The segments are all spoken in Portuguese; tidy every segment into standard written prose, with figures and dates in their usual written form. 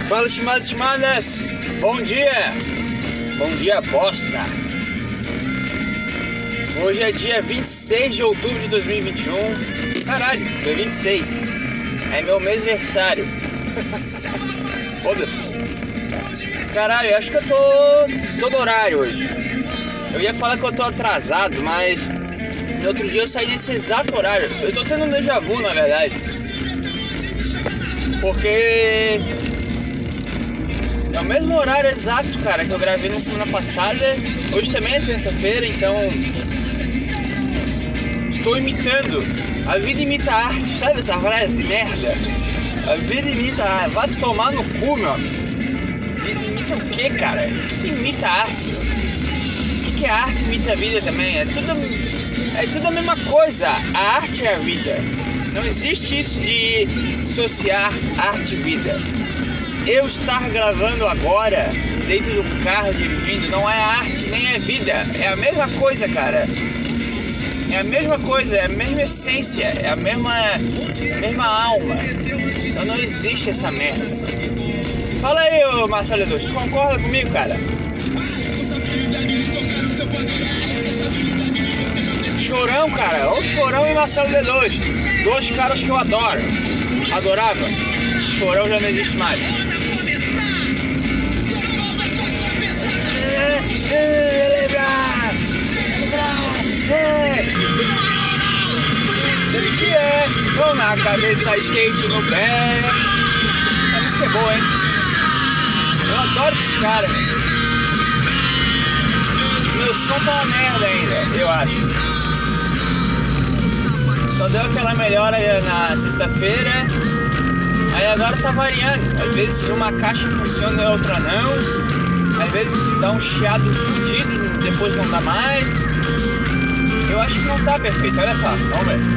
Fala, estimados e estimadas, bom dia bosta. Hoje é dia 26 de outubro de 2021. Caralho, dia 26 é meu mêsversário. Foda-se. Caralho, eu acho que eu tô no horário hoje. Eu ia falar que eu tô atrasado, mas no outro dia eu saí nesse exato horário. Eu tô tendo um déjà vu, na verdade, porque é o mesmo horário exato, cara, que eu gravei na semana passada. Hoje também é terça-feira, então estou imitando. A vida imita a arte, sabe essa frase de merda? A vida imita a arte. Vai tomar no cu, meu amigo. A vida imita o que, cara? O que imita a arte? O que a arte imita a vida também? É tudo a mesma coisa. A arte é a vida. Não existe isso de dissociar arte e vida. Eu estar gravando agora, dentro do carro, dirigindo, não é arte, nem é vida. É a mesma coisa, cara. É a mesma coisa, é a mesma essência, é a mesma alma. Então não existe essa merda. Fala aí, ô Marcelo Deus, tu concorda comigo, cara? Chorão, cara. Ô Chorão e Marcelo D2. Dois caras que eu adoro. Adorava. Chorão já não existe mais. Sei que é. Mão na cabeça, skate no pé. A música é boa, hein? Eu adoro esses caras. Meu som tá uma merda ainda, eu acho. Só deu aquela melhora na sexta-feira. Aí agora tá variando. Às vezes uma caixa funciona e a outra não. Às vezes dá um chiado fudido, depois não dá mais. Eu acho que não tá perfeito, olha só, vamos ver.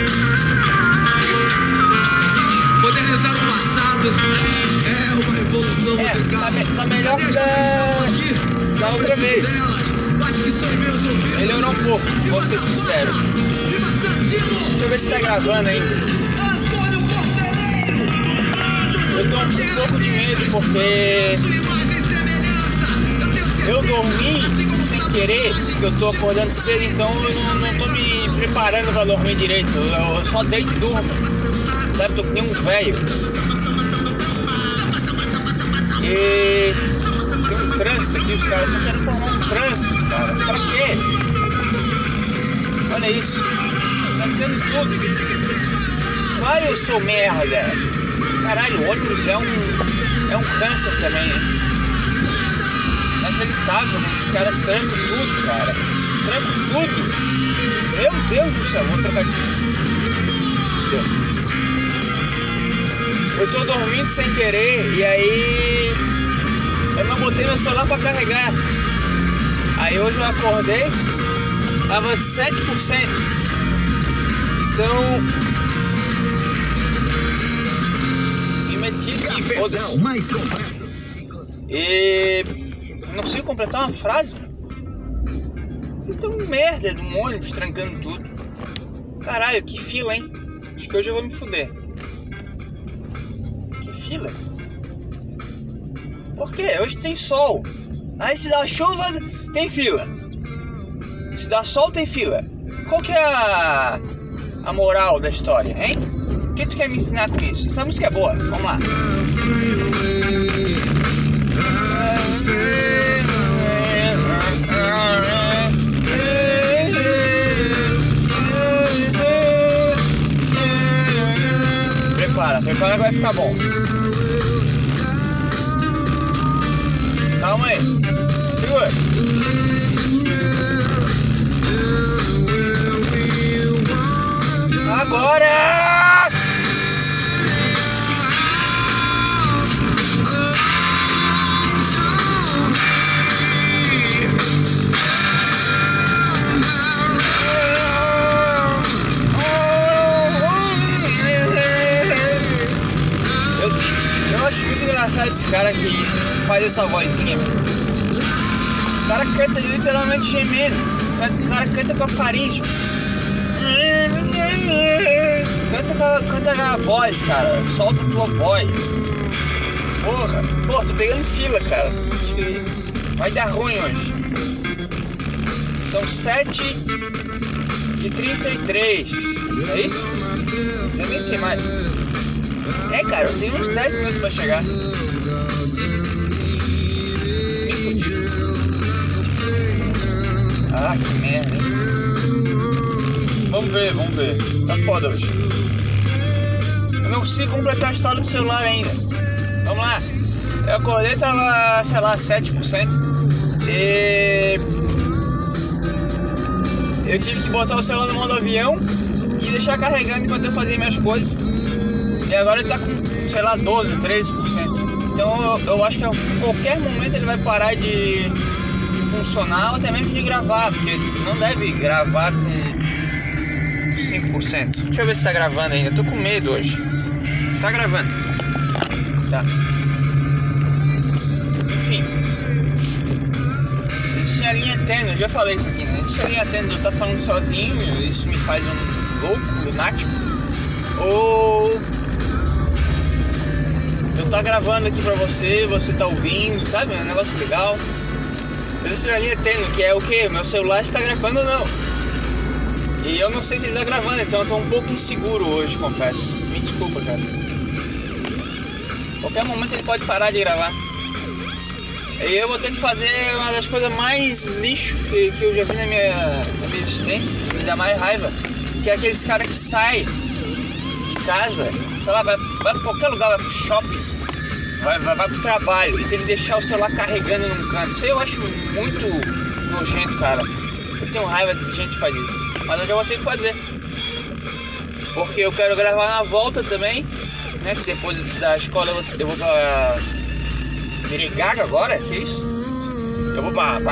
Modernizar o passado é uma revolução musical. Tá melhor que da outra vez. Melhorou um pouco, vou ser sincero. Deixa eu ver se tá gravando ainda. Eu tô um pouco de medo porque eu dormi sem querer, porque eu tô acordando cedo, então eu não tô me preparando pra dormir direito. Eu só deito e durmo, sabe? Tô que nem um velho. E tem um trânsito aqui, os caras estão querendo formar um trânsito, cara. Pra quê? Olha isso. Tá tendo tudo. Vai, eu sou merda. Caralho, o ônibus é um câncer também, hein? Inacreditável, esse cara tranca tudo, cara. Tranca tudo. Meu Deus do céu, vou trocar aqui. Eu tô dormindo sem querer e aí eu não botei meu celular pra carregar. Aí hoje eu acordei, tava 7%. Então me meti aqui, foda-se. Mais completo. E não consigo completar uma frase. Então merda de um ônibus trancando tudo. Caralho, que fila, hein? Acho que hoje eu vou me fuder. Que fila? Por quê? Hoje tem sol. Aí se dá chuva, tem fila. Se dá sol, tem fila. Qual que é a moral da história, hein? O que tu quer me ensinar com isso? Essa música é boa, vamos lá. Prepara que vai ficar bom. Calma aí. Segura. Agora! Eu acho muito engraçado esse cara que faz essa vozinha. O cara canta literalmente gemendo. O cara canta com a faringe. Canta com a voz, cara. Solta a tua voz. Porra, pô, tô pegando fila, cara. Acho que vai dar ruim hoje. São 7h33. É isso? Eu nem sei mais. É, cara, eu tenho uns 10 minutos pra chegar. Bem fudido. Ah, que merda, hein? Vamos ver. Tá foda hoje. Eu não consigo completar a história do celular ainda. Vamos lá. Eu acordei, tava, sei lá, 7%. E eu tive que botar o celular no modo avião e deixar carregando enquanto eu fazia minhas coisas. E agora ele tá com, sei lá, 12, 13%. Então eu acho que a qualquer momento ele vai parar de funcionar ou até mesmo de gravar, porque não deve gravar com 5%. Deixa eu ver se tá gravando ainda. Eu tô com medo hoje. Tá gravando. Tá. Enfim. Existe a linha tênue, eu já falei isso aqui, né? Existe a linha tênue de eu estar falando sozinho, isso me faz um louco, lunático. Ou eu tá gravando aqui pra você, você tá ouvindo, sabe? É um negócio legal. Existe a linha tênue, que é o que? Meu celular está gravando ou não? E eu não sei se ele tá gravando, então eu tô um pouco inseguro hoje, confesso. Me desculpa, cara. Qualquer momento ele pode parar de gravar. E eu vou ter que fazer uma das coisas mais lixo que eu já vi na minha existência, que me dá mais raiva, que é aqueles caras que saem de casa, sei lá, vai pra qualquer lugar, vai pro shopping, vai pro trabalho e tem que deixar o celular carregando num canto. Isso aí eu acho muito nojento, cara. Eu tenho raiva de gente que faz isso, mas eu já vou ter que fazer, porque eu quero gravar na volta também, né, que depois da escola eu vou pra Gaga agora, que isso? Eu vou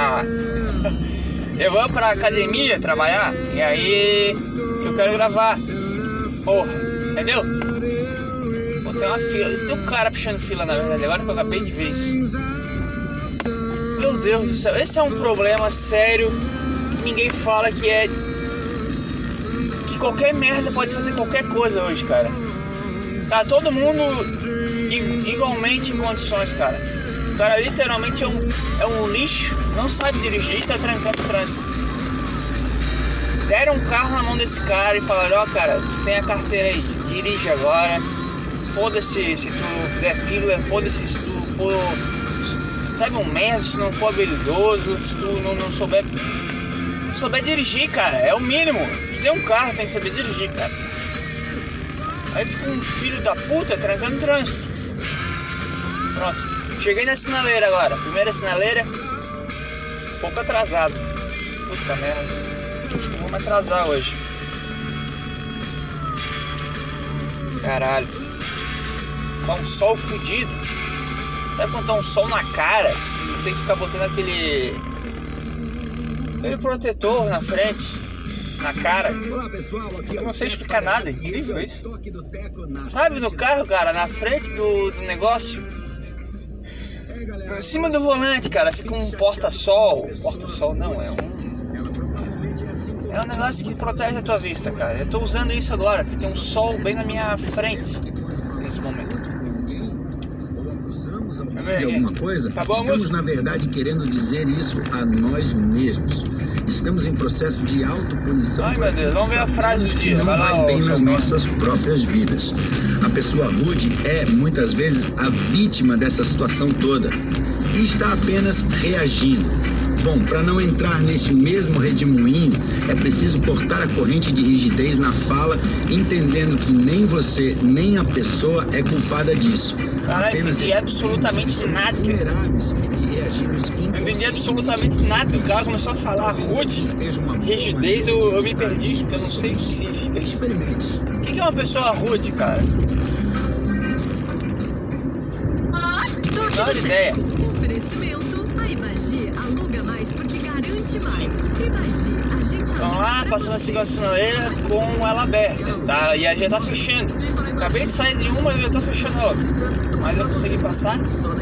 eu vou pra academia trabalhar, e aí eu quero gravar. Porra, entendeu? Pô, tem uma fila, tem um cara puxando fila na verdade, agora que eu acabei de ver isso. Meu Deus do céu, esse é um problema sério que ninguém fala, que é que qualquer merda pode fazer qualquer coisa hoje, cara. Tá todo mundo igualmente em condições, cara. O cara literalmente é um lixo, não sabe dirigir, tá trancando o trânsito. Deram um carro na mão desse cara e falaram: ó, cara, tu tem a carteira aí, dirige agora. Foda-se se tu fizer fila, foda-se se tu for, sabe, um merda, se não for habilidoso, se tu não souber dirigir, cara, é o mínimo. Tu tem um carro, tem que saber dirigir, cara. Aí fica um filho da puta trancando o trânsito. Pronto. Cheguei na sinaleira agora, primeira sinaleira, pouco atrasado. Puta merda, acho que eu vou me atrasar hoje. Caralho, tá um sol fudido. Sabe quando tá um sol na cara, tem que ficar botando aquele protetor na frente, na cara. Eu não sei explicar nada, é incrível isso. Sabe, no carro, cara, na frente do negócio, em cima do volante, cara, fica um porta-sol. Porta-sol não, é um negócio que protege a tua vista, cara. Eu tô usando isso agora, que tem um sol bem na minha frente nesse momento. De alguma coisa, estamos na verdade querendo dizer isso a nós mesmos. Estamos em processo de autopunição. Ai, meu Deus, vamos ver a frase do dia. Não vai bem nas nossas próprias vidas. A pessoa rude é, muitas vezes, a vítima dessa situação toda e está apenas reagindo. Bom, para não entrar neste mesmo redemoinho, é preciso cortar a corrente de rigidez na fala, entendendo que nem você, nem a pessoa é culpada disso. Caralho, não entendi absolutamente nada. Não entendi absolutamente nada. O cara começou a falar rude, rigidez, eu me perdi, porque eu não sei o que significa isso. O que é uma pessoa rude, cara? Menor ideia. Vamos lá, passando a segunda sinaleira com ela aberta, tá? E aí já tá fechando. Acabei de sair de uma e já tá fechando a outra. Mas eu consegui passar.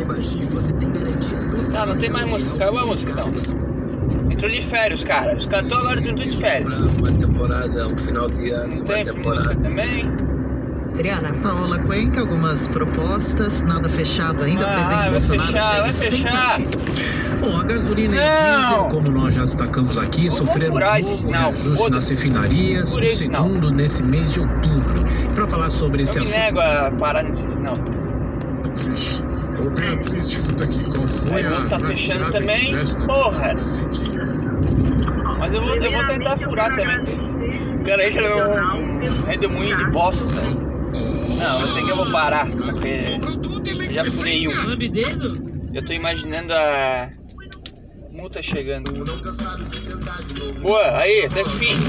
Tá, não tem mais música, acabou a música então. Entrou de férias, cara. Os cantores agora estão tudo de férias. Uma temporada, um final de ano. Não tem música também. Adriana, Paola Cuenca, algumas propostas, nada fechado ainda. Vai fechar. Bom, a gasolina e diesel, como nós já destacamos aqui, sofreram um ajuste nas refinarias, o segundo nesse mês de outubro. Para falar sobre esse assunto... Eu me nego a parar nesse sinal. Triste, puta aqui, qual foi? Aí tá fechando também, porra. Mas eu vou tentar furar também. Cara, aí que não redemoinho de bosta. Não, eu sei que eu vou parar, porque já furei um. Eu tô imaginando a multa chegando. Boa, aí, até que fim.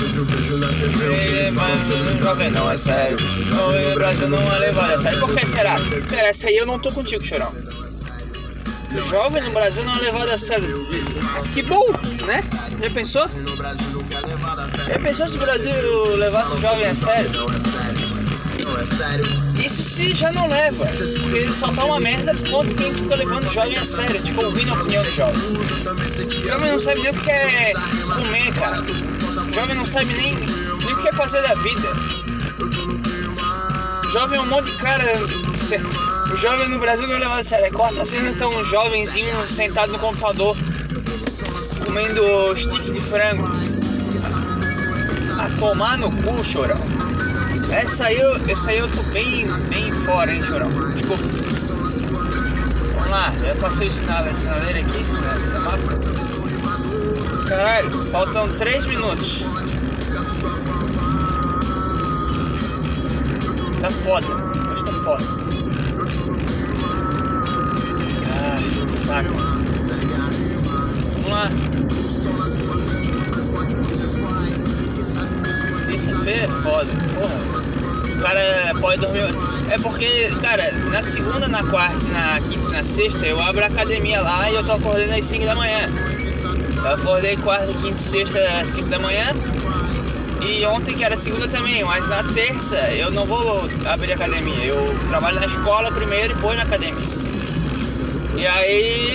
Mas jovem não, é sério. O Brasil não é levado a sério. Por que será? Cara, essa aí eu não tô contigo, Chorão. O jovem no Brasil não é levado a sério. Que bom, né? Já pensou? Já pensou se o Brasil levasse o jovem a sério? Isso se já não leva, porque ele só tá uma merda por conta que a gente fica levando o jovem a sério, tipo, ouvindo a opinião do jovem. O jovem não sabe nem o que é comer, cara. O jovem não sabe nem o que é fazer da vida. O jovem é um monte de cara. O jovem no Brasil não leva a sério. Corta assim, então um jovenzinho sentado no computador comendo stick de frango. A tomar no cu, Chorão. Essa aí eu tô bem fora, hein, Chorão. Desculpa. Vamos lá, já passei o sinaleiro aqui, semáforo. Caralho, faltam 3 minutos. Tá foda, hoje tá foda. Ah, que saco. Vamos lá. Terça-feira é foda, porra. O cara pode dormir. É porque, cara, na segunda, na quarta, na quinta e na sexta eu abro a academia lá e eu tô acordando às 5 da manhã. Eu acordei quarta, quinta e sexta às 5 da manhã. E ontem que era segunda também, mas na terça eu não vou abrir a academia. Eu trabalho na escola primeiro e depois na academia. E aí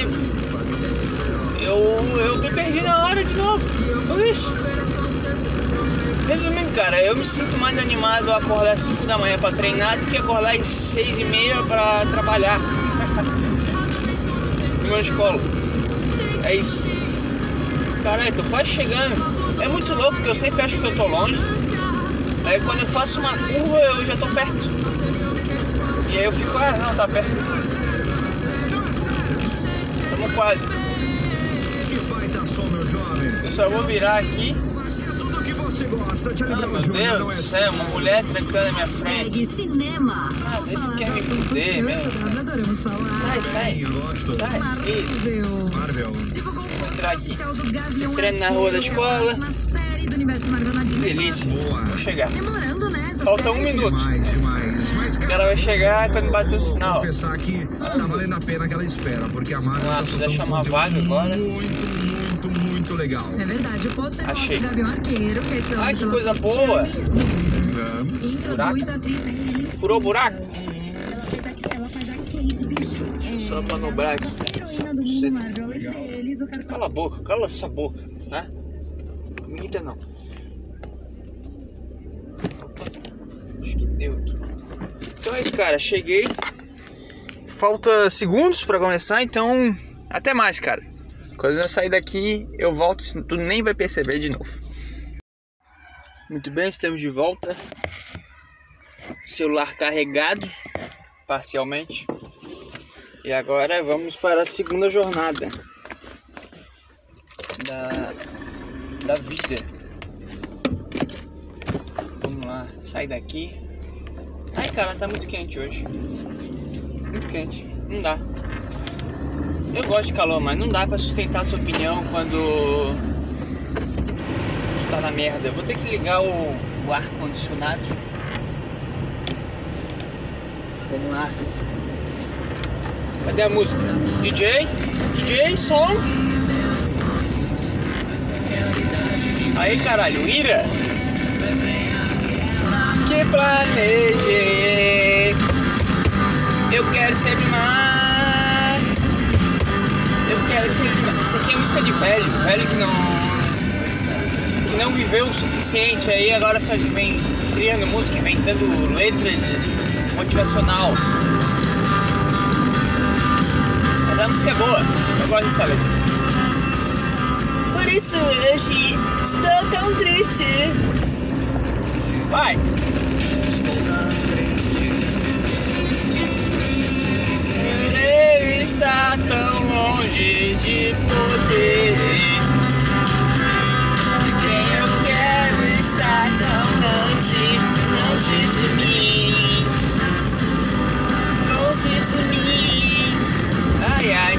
eu me perdi na hora de novo. Foi isso. Resumindo, cara, eu me sinto mais animado a acordar às 5 da manhã pra treinar do que acordar às 6h30 pra trabalhar no meu escola. É isso. Caralho, tô quase chegando. É muito louco porque eu sempre acho que eu tô longe. Aí quando eu faço uma curva eu já tô perto. E aí eu fico, não, tá perto. Tamo quase. Eu só vou virar aqui. Ah, meu Deus do céu, uma mulher trancando na minha frente. Ah, ele quer me fuder mesmo. Sai. Isso. Vou entrar aqui. Entrando na rua da escola. Que delícia. Vou chegar. Falta 1 minuto. O cara vai chegar quando bater o sinal. Confessar que tá valendo a pena aquela espera, porque a Marvel tá precisa chamar vaga agora. Muito legal. É verdade, o pôster achei. Do Gavião Arqueiro, que é ai, que coisa boa. Buraco. Furou o buraco? Deixa eu só manobrar aqui. Cala a boca, cala essa boca, tá? Não me irrita não. Acho que deu aqui. Então é isso, cara, cheguei. Falta segundos pra começar, então até mais, cara. Quando eu sair daqui, eu volto, tu nem vai perceber de novo. Muito bem, estamos de volta. Celular carregado, parcialmente. E agora vamos para a segunda jornada da vida. Vamos lá, sai daqui. Ai, cara, tá muito quente hoje. Muito quente, não dá. Eu gosto de calor, mas não dá pra sustentar a sua opinião quando tá na merda. Eu vou ter que ligar o ar-condicionado. Vamos lá. Cadê a música? DJ, som. Aí, caralho, ira. Que planejei. Eu quero sempre mais. Isso aqui é música de velho que não viveu o suficiente, aí agora vem criando música, inventando letra motivacional. Mas a música é boa, eu gosto dessa letra. Por isso hoje estou tão triste. Vai! Ele está tão longe de poder. Quem eu quero está tão longe de mim. Longe de mim. Ai, ai.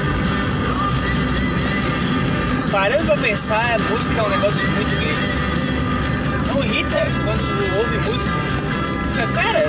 Parando pra pensar, a música é um negócio muito lindo. Não irrita quando tu ouve música. Cara,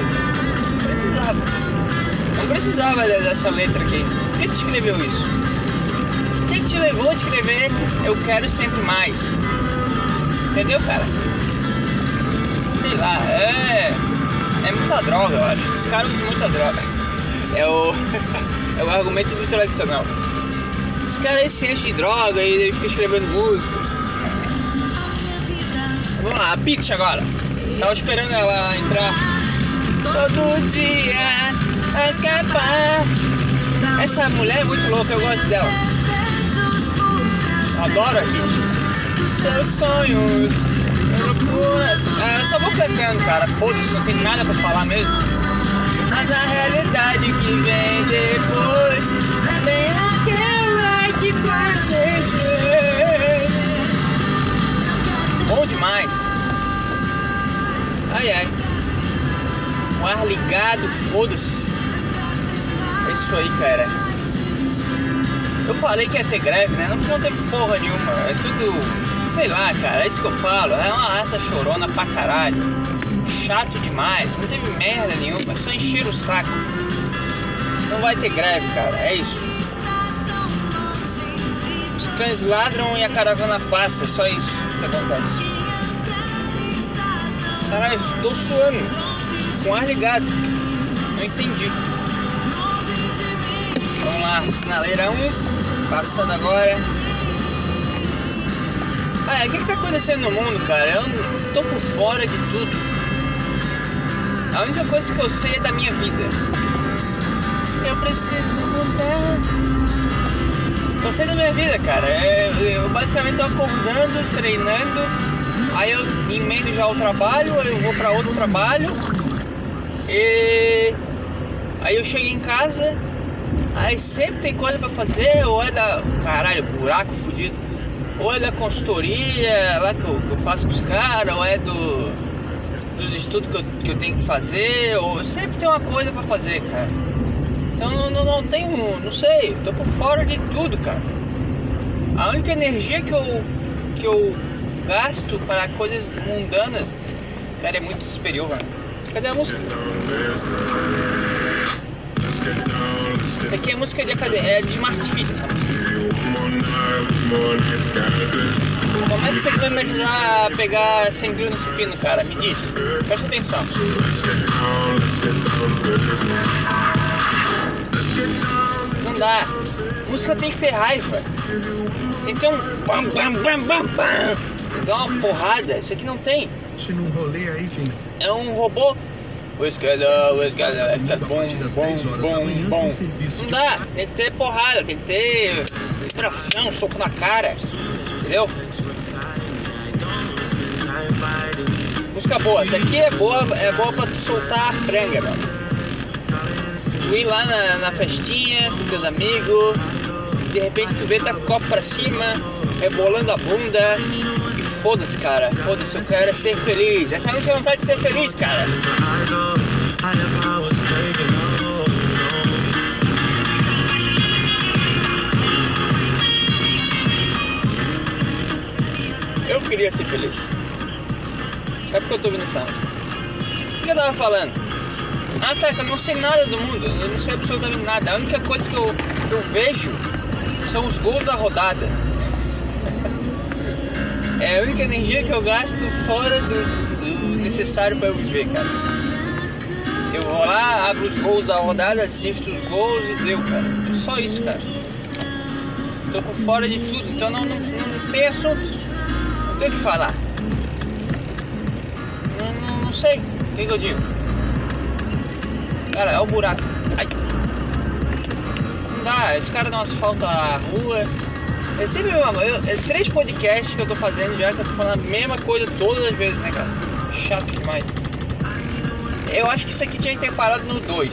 não precisava dessa letra aqui. Por que tu escreveu isso? O que te levou a escrever eu quero sempre mais? Entendeu, cara? Sei lá, é muita droga, eu acho. Os caras usam muita droga. É o argumento do tradicional. Os caras se enchem de droga e ele fica escrevendo música. Vamos lá, a Pitch agora. Tava esperando ela entrar. Todo dia a escapar. Essa mulher é muito louca, eu gosto dela. Adoro a gente. Seus sonhos, loucuras. Eu só vou cantando, cara. Foda-se, não tem nada pra falar mesmo. Mas a realidade que vem depois também aquela que planejar. Bom demais. Ai, ai. O ar ligado, foda-se. É isso aí, cara. Eu falei que ia ter greve, né? Não teve porra nenhuma. É tudo, sei lá, cara. É isso que eu falo. É uma raça chorona pra caralho. Chato demais. Não teve merda nenhuma. Só encheram o saco. Não vai ter greve, cara. É isso. Os cães ladram e a caravana passa. É só isso que acontece. Caralho, estou suando. Com ar ligado. Não entendi. Vamos lá, sinaleira 1. Passando agora. O que tá acontecendo no mundo, cara? Eu tô por fora de tudo. A única coisa que eu sei é da minha vida. Eu preciso mudar. Só sei da minha vida, cara. Eu basicamente tô acordando, treinando. Aí eu emendo já o trabalho, aí eu vou pra outro trabalho. E aí eu chego em casa, aí sempre tem coisa pra fazer, ou é da... Caralho, buraco fudido. Ou é da consultoria lá que eu faço com os caras, ou é dos estudos que eu tenho que fazer, ou sempre tem uma coisa pra fazer, cara. Então não tenho, não sei, tô por fora de tudo, cara. A única energia que eu gasto para coisas mundanas, cara, é muito superior, mano. Cadê a música? Isso aqui é música de academia, é de Smart Fit, essa música. Como é que você vai me ajudar a pegar 100 kg no supino, cara? Me diz, presta atenção. Não dá. Música tem que ter raiva. Tem que ter um bam bam bam bam bam. Dá uma porrada, isso aqui não tem. Num rolê aí, quem... É um robô. O esquerda, vai ficar bom. Não dá, tem que ter porrada, tem que ter vibração, soco na cara, entendeu? Música boa, essa aqui é boa pra tu soltar a franga, mano. Tu ir lá na festinha com teus amigos, de repente tu vê tá com o copo pra cima, rebolando a bunda. Foda-se, cara. Foda-se, eu quero é ser feliz. Essa é a única vontade de ser feliz, cara. Eu queria ser feliz. É porque eu tô ouvindo essa música. O que eu tava falando? Ah, tá, que eu não sei nada do mundo. Eu não sei absolutamente nada. A única coisa que eu vejo são os gols da rodada. É a única energia que eu gasto fora do necessário para eu viver, cara. Eu vou lá, abro os gols da rodada, assisto os gols e deu, cara. É só isso, cara. Tô por fora de tudo, então não tem assunto. Não tem o que falar. Não sei. O que eu digo? Cara, é o buraco. Ai. Não dá, os caras não asfaltam a rua. É sempre 3 podcasts que eu tô fazendo já, que eu tô falando a mesma coisa todas as vezes, né, cara? Chato demais. Eu acho que isso aqui tinha que ter parado no 2.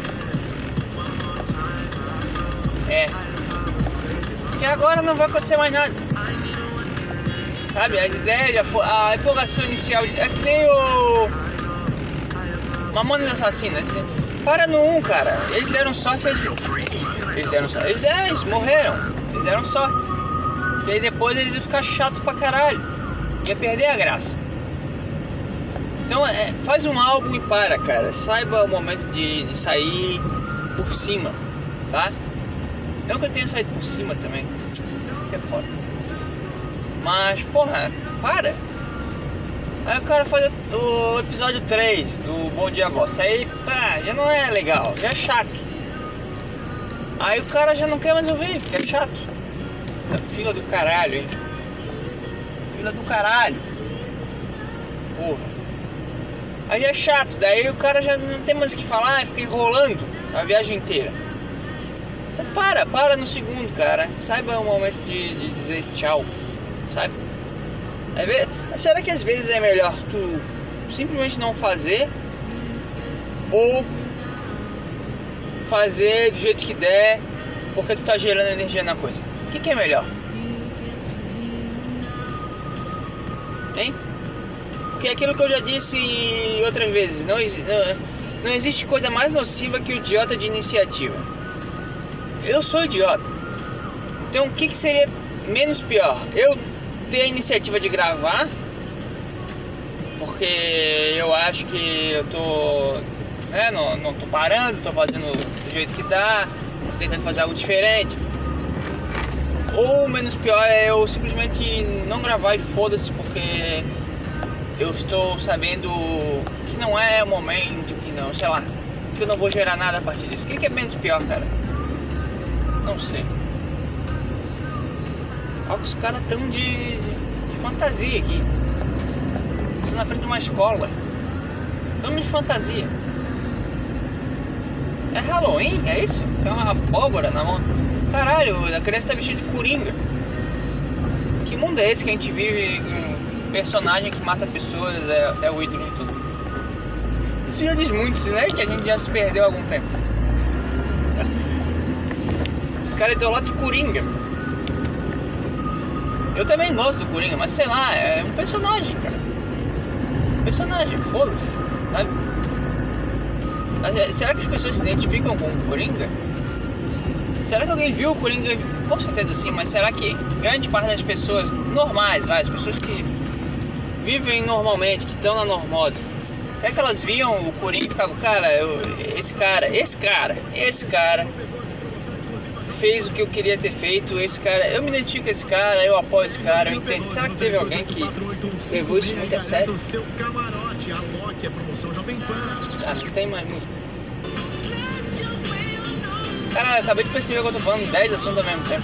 Porque agora não vai acontecer mais nada. Sabe, as ideias já foram. A empolgação inicial é que nem o Mamonas Assassinas. Para no 1, cara. Eles deram sorte. Eles morreram. Eles deram sorte. E aí depois eles iam ficar chatos pra caralho. Ia perder a graça. Então faz um álbum e para, cara. Saiba o momento de sair por cima, tá? Não que eu tenha saído por cima também. Isso é foda. Mas, porra, para. Aí o cara faz o episódio 3 do Bom Dia Bosta. Aí, pá, já não é legal, já é chato. Aí o cara já não quer mais ouvir, porque é chato. Fila do caralho, hein? Fila do caralho. Porra. Aí já é chato, daí o cara já não tem mais o que falar e fica enrolando a viagem inteira. Então para no segundo, cara. Saiba o momento de dizer tchau, sabe? Será que às vezes é melhor tu simplesmente não fazer ou fazer do jeito que der porque tu tá gerando energia na coisa? O que é melhor? Hein? Porque é aquilo que eu já disse outras vezes, não existe coisa mais nociva que o idiota de iniciativa. Eu sou idiota. Então o que seria menos pior? Eu ter a iniciativa de gravar, porque eu acho que eu tô, né, não tô parando, tô fazendo do jeito que dá, tentando fazer algo diferente. Ou menos pior é eu simplesmente não gravar e foda-se, porque eu estou sabendo que não é o momento, que não, sei lá, que eu não vou gerar nada a partir disso. O que é menos pior, cara? Não sei. Olha que os caras tão de fantasia aqui. Isso na frente de uma escola. Tão de fantasia. É Halloween? É isso? Tem uma abóbora na mão. Caralho, a criança tá vestida de coringa. Que mundo é esse que a gente vive com um personagem que mata pessoas, é o ídolo e tudo? Isso já diz muito, né? Que a gente já se perdeu há algum tempo. Os caras idolatram de coringa. Eu também gosto do Coringa, mas sei lá, é um personagem, cara. Personagem, foda-se, sabe? Mas, será que as pessoas se identificam com o Coringa? Será que alguém viu o Coringa? Com certeza sim, mas será que grande parte das pessoas normais, as pessoas que vivem normalmente, que estão na normose, será que elas viam o Coringa e ficavam, cara, esse cara fez o que eu queria ter feito, esse cara, eu me identifico com esse cara, eu apoio esse cara, eu entendo. Será que teve alguém que levou isso muito a sério? Ah, não tem mais música. Cara, eu acabei de perceber que eu tô falando 10 assuntos ao mesmo tempo.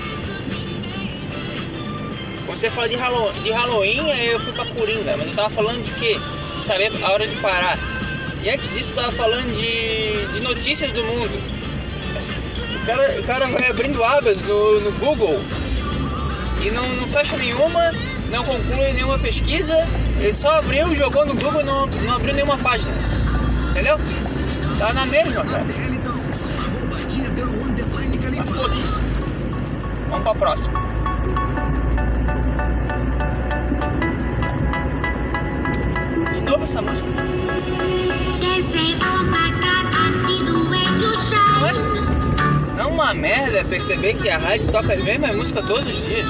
Quando você fala de Halloween, aí eu fui pra Coringa, mas eu tava falando de quê? De saber a hora de parar. E antes disso eu tava falando de notícias do mundo. O cara vai abrindo abas no Google e não fecha nenhuma, não conclui nenhuma pesquisa. Ele só abriu, jogou no Google e não abriu nenhuma página. Entendeu? Tá na mesma, cara. Mas foda-se. Vamos pra próxima. De novo essa música. Não é? Não é uma merda perceber que a rádio toca as mesmas músicas todos os dias.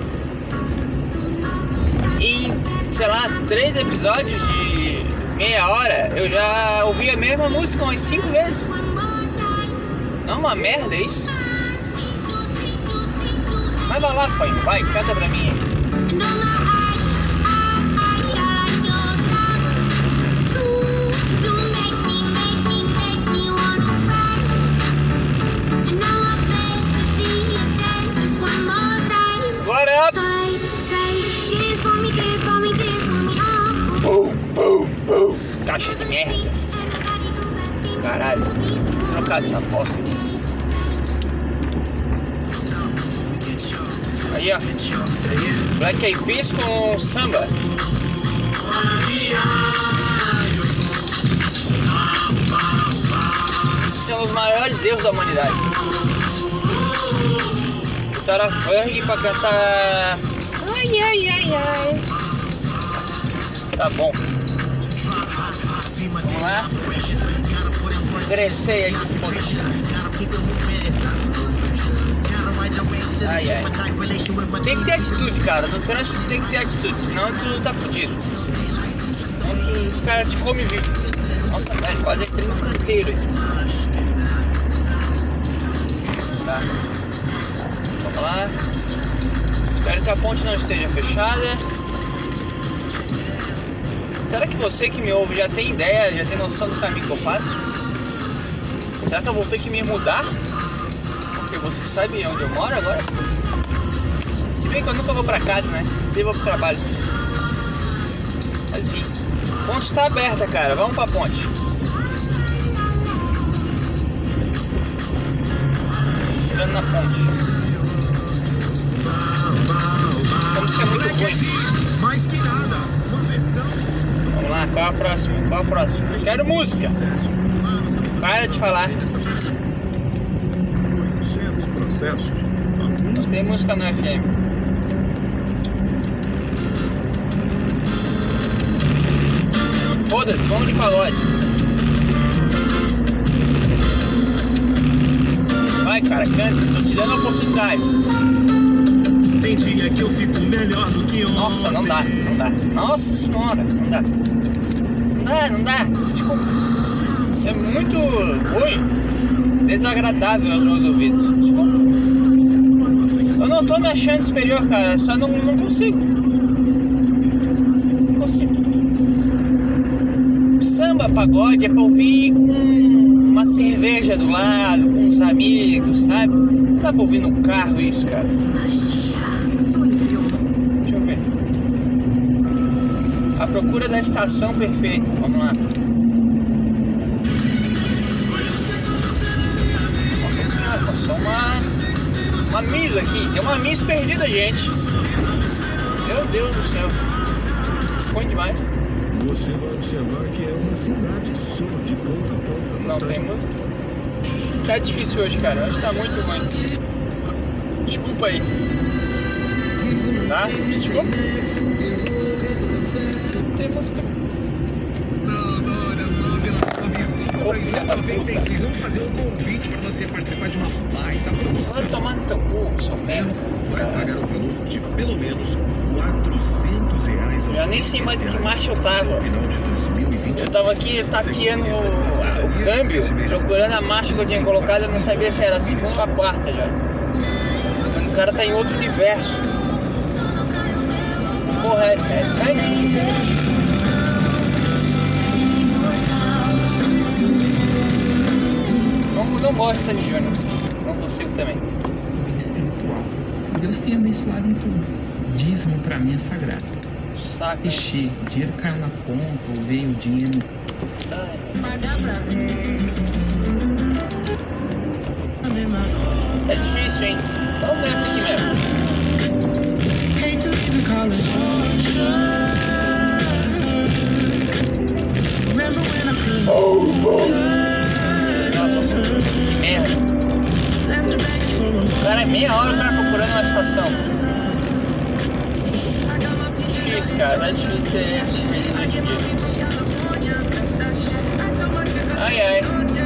Em, sei lá, 3 episódios de meia hora, eu já ouvi a mesma música umas 5 vezes. Não é uma merda isso? Mas vai lá, Fainho, vai, canta pra mim. What up? Boom, boom, boom. Tá cheio de desligar essa bosta aqui. Aí, ó. Black Eyed Peas com samba. São os maiores erros da humanidade. Botaram a Ferg pra cantar. Ai, ai, ai, ai. Tá bom. Vamos lá. Ingressei aqui, foda-se. Ai, ai. Tem que ter atitude, cara. No trânsito tem que ter atitude, senão tu tá fudido. Senão os caras te comem vivo. Nossa, velho, quase entrei no canteiro aí. Tá. Vamos lá. Espero que a ponte não esteja fechada. Será que você que me ouve já tem ideia, já tem noção do caminho que eu faço? Será que eu vou ter que me mudar? Porque você sabe onde eu moro agora? Se bem que eu nunca vou pra casa, né? Sempre vou pro trabalho. Mas enfim. A ponte está aberta, cara. Vamos pra ponte. Entrando na ponte. Essa música é muito ruim. Mais que nada, uma versão. Vamos lá, qual a próxima? Qual a próxima? Quero música! Para de falar. Não tem música no FM. Foda-se, vamos de pagode. Vai, cara, canta, tô te dando a oportunidade. Tem dia que eu fico melhor do que ontem. Nossa, não dá, não dá. Nossa senhora, não dá. Não dá, não dá. Desculpa. É muito ruim. Desagradável aos meus ouvidos. Desculpa. Eu não tô me achando superior, cara. Só não consigo. Não consigo. Samba, pagode é pra ouvir com uma cerveja do lado, com uns amigos, sabe? Não dá pra ouvir no carro isso, cara. Deixa eu ver. A procura da estação perfeita. Vamos lá. Nossa senhora, passou uma Miss aqui. Tem uma Miss perdida, gente. Meu Deus do céu. Ruim demais. Você vai observar que é uma cidade só de ponta a ponta. Não tem música. Tá difícil hoje, cara. Hoje tá muito ruim. Desculpa aí. Tá? Desculpa. Não tem música. Ô, filha da puta. Vamos fazer um convite para você participar de uma baita promoção. Vai tomar no teu cu, seu merda. Vai pagar o valor de pelo menos R$400. Já nem sei mais em que marcha eu tava. Eu tava aqui tateando o câmbio, procurando a marcha que eu tinha colocado. Eu não sabia se era a segunda ou a quarta já. O cara tá em outro universo. Porra, é sério? Não gosto de Sandy Júnior. Não consigo também. Espiritual. Deus tem abençoado em tudo. Dízimo pra mim é sagrado. Saca. Peixe, o dinheiro caiu na conta, ou veio o dinheiro. É difícil, hein? Vamos nessa aqui mesmo. Que merda. O cara é meia hora o cara procurando uma estação. Difícil, cara. Não é difícil ser feliz hoje em dia. Ai, ai.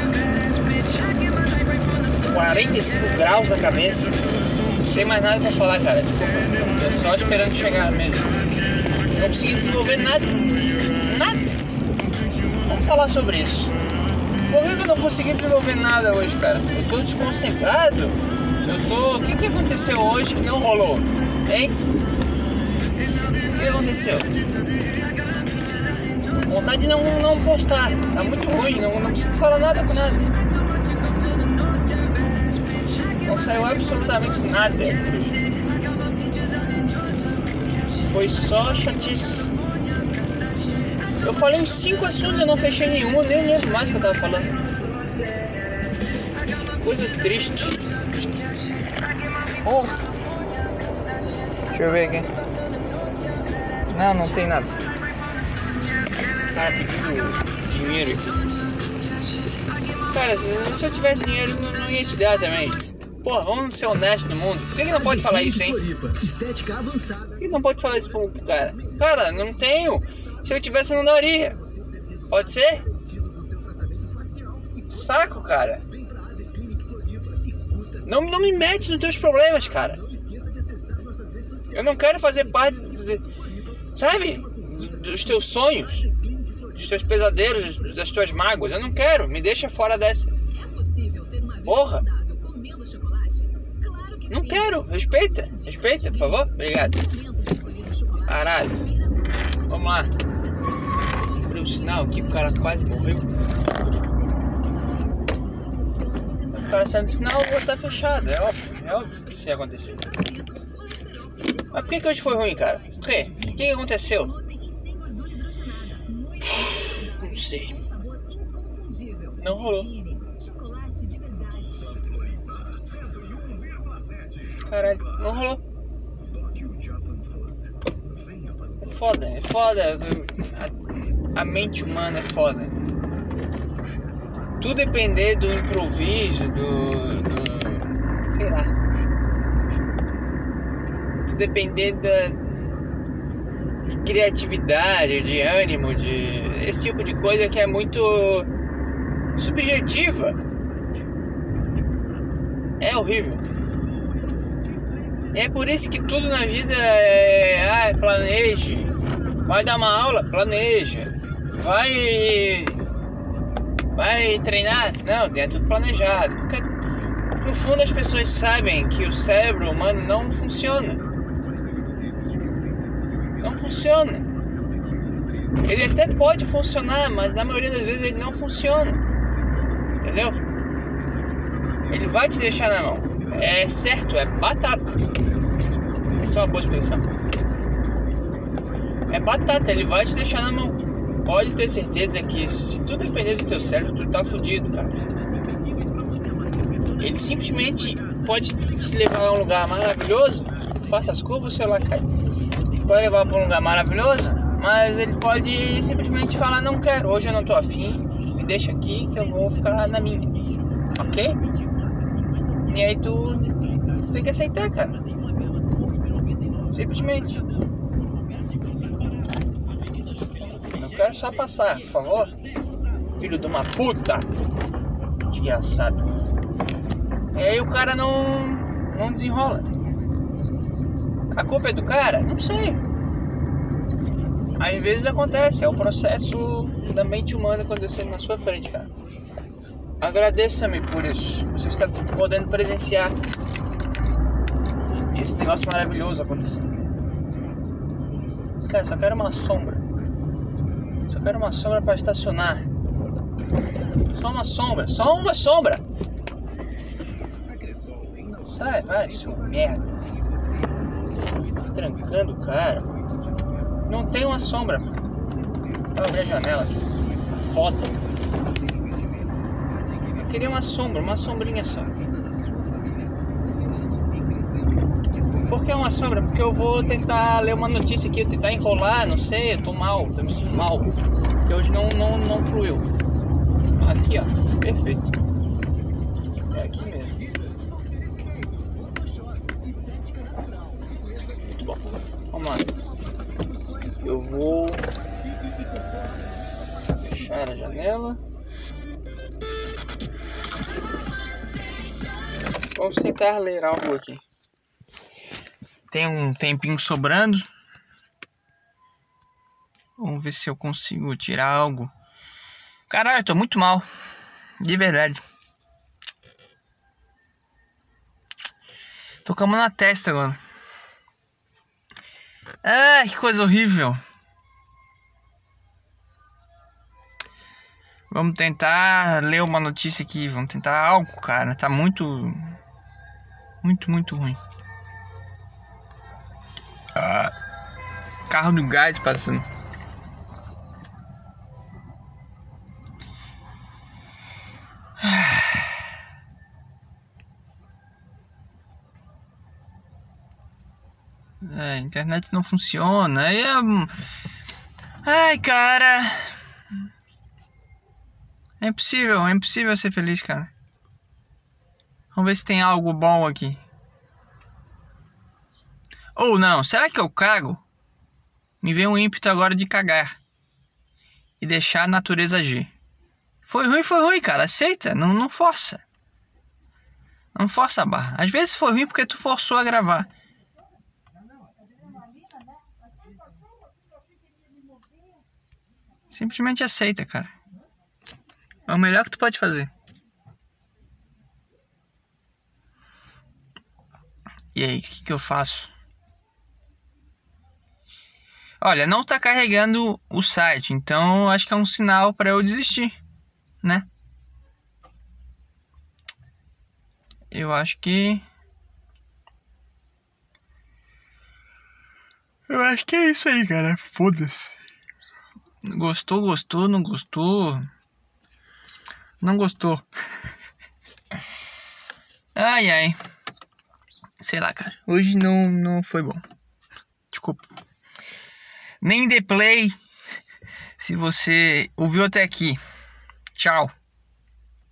45 graus na cabeça. Não tem mais nada pra falar, cara. Desculpa. Eu só esperando chegar mesmo. Não consegui desenvolver nada. Nada. Vamos falar sobre isso. Por que eu não consegui desenvolver nada hoje, cara? Eu tô desconcentrado. O que aconteceu hoje que não rolou? Hein? O que aconteceu? Vontade de não postar. Tá muito ruim. Não consigo falar nada com nada. Não saiu absolutamente nada. Foi só chatice. Eu falei uns 5 assuntos, eu não fechei nenhum, nem lembro mais o que eu tava falando. coisa triste. Oh. Deixa eu ver aqui. Não tem nada. Cara, pedindo dinheiro aqui. Cara, se eu tivesse dinheiro, eu não ia te dar também. Porra, vamos ser honestos no mundo. Por que não pode falar isso, hein? Por que não pode falar isso pro cara? Cara, não tenho. Se eu tivesse, eu não daria. Pode ser? Saco, cara. Não me mete nos teus problemas, cara. Eu não quero fazer parte, sabe? Dos teus sonhos, dos teus pesadelos, das tuas mágoas. Eu não quero. Me deixa fora dessa. Porra. Não quero. Respeita, por favor. Obrigado. Caralho. Vamos lá. Abriu o sinal aqui, o cara quase morreu. O cara sai do sinal, o outro tá fechado. É óbvio que isso ia acontecer. Mas por que hoje foi ruim, cara? Por quê? O que aconteceu? Não sei. Não rolou. Caralho, não rolou. É foda. A mente humana é foda. Tudo depender do improviso, do sei lá. Tudo depender de criatividade, de ânimo, de esse tipo de coisa que é muito subjetiva. É horrível. E é por isso que tudo na vida planeje. Vai dar uma aula, planeja. Vai treinar? Não, é tudo planejado. Porque no fundo as pessoas sabem que o cérebro humano não funciona. Não funciona. Ele até pode funcionar, mas na maioria das vezes ele não funciona. Entendeu? Ele vai te deixar na mão. É certo, é batata. Essa é uma boa expressão. É batata, ele vai te deixar na mão. Pode ter certeza que se tudo depender do teu cérebro, tu tá fudido, cara. Ele simplesmente pode te levar a um lugar maravilhoso. Faça as curvas, o celular cai. Pode levar para um lugar maravilhoso, mas ele pode simplesmente falar: não quero, hoje eu não tô afim, me deixa aqui que eu vou ficar na minha. Ok? E aí tu tem que aceitar, cara. Simplesmente. Eu quero só passar, por favor. Filho de uma puta. Desgraçado. E aí o cara não desenrola. A culpa é do cara? Não sei. Às vezes acontece. É o processo da mente humana acontecendo na sua frente, cara. Agradeça-me por isso. Você está podendo presenciar esse negócio maravilhoso acontecendo. Cara, só quero uma sombra. Só quero uma sombra para estacionar. Só uma sombra. Só uma sombra. Sai, vai, seu merda. Tá trancando o cara. Não tem uma sombra. Vou abrir a janela aqui. Foda. Eu queria uma sombra, uma sombrinha só. Por que uma sombra? Porque eu vou tentar ler uma notícia aqui, tentar enrolar, não sei, eu tô mal, tô me sentindo mal. Porque hoje não fluiu. Aqui, ó, perfeito. É aqui mesmo. Muito bom. Vamos lá. Eu vou fechar a janela. Vamos tentar ler algo aqui. Tem um tempinho sobrando. Vamos ver se eu consigo tirar algo. Caralho, eu tô muito mal. De verdade. Tô com a mão na testa agora. Ai, que coisa horrível. Vamos tentar ler uma notícia aqui. Vamos tentar algo, cara. Tá muito ruim. Carro do gás passando. A internet não funciona. Aí ai, cara. É impossível ser feliz, cara. Vamos ver se tem algo bom aqui. Ou não, será que eu cago? Me veio um ímpeto agora de cagar. E deixar a natureza agir. Foi ruim, cara. Aceita, não força. Não força a barra. Às vezes foi ruim porque tu forçou a gravar. Simplesmente aceita, cara. É o melhor que tu pode fazer. E aí, o que eu faço? Olha, não tá carregando o site, então acho que é um sinal para eu desistir, né? Eu acho que é isso aí, cara. Foda-se. Gostou, não gostou. Não gostou. Ai. Sei lá, cara. Hoje não foi bom. Desculpa. Nem dê play se você ouviu até aqui. Tchau.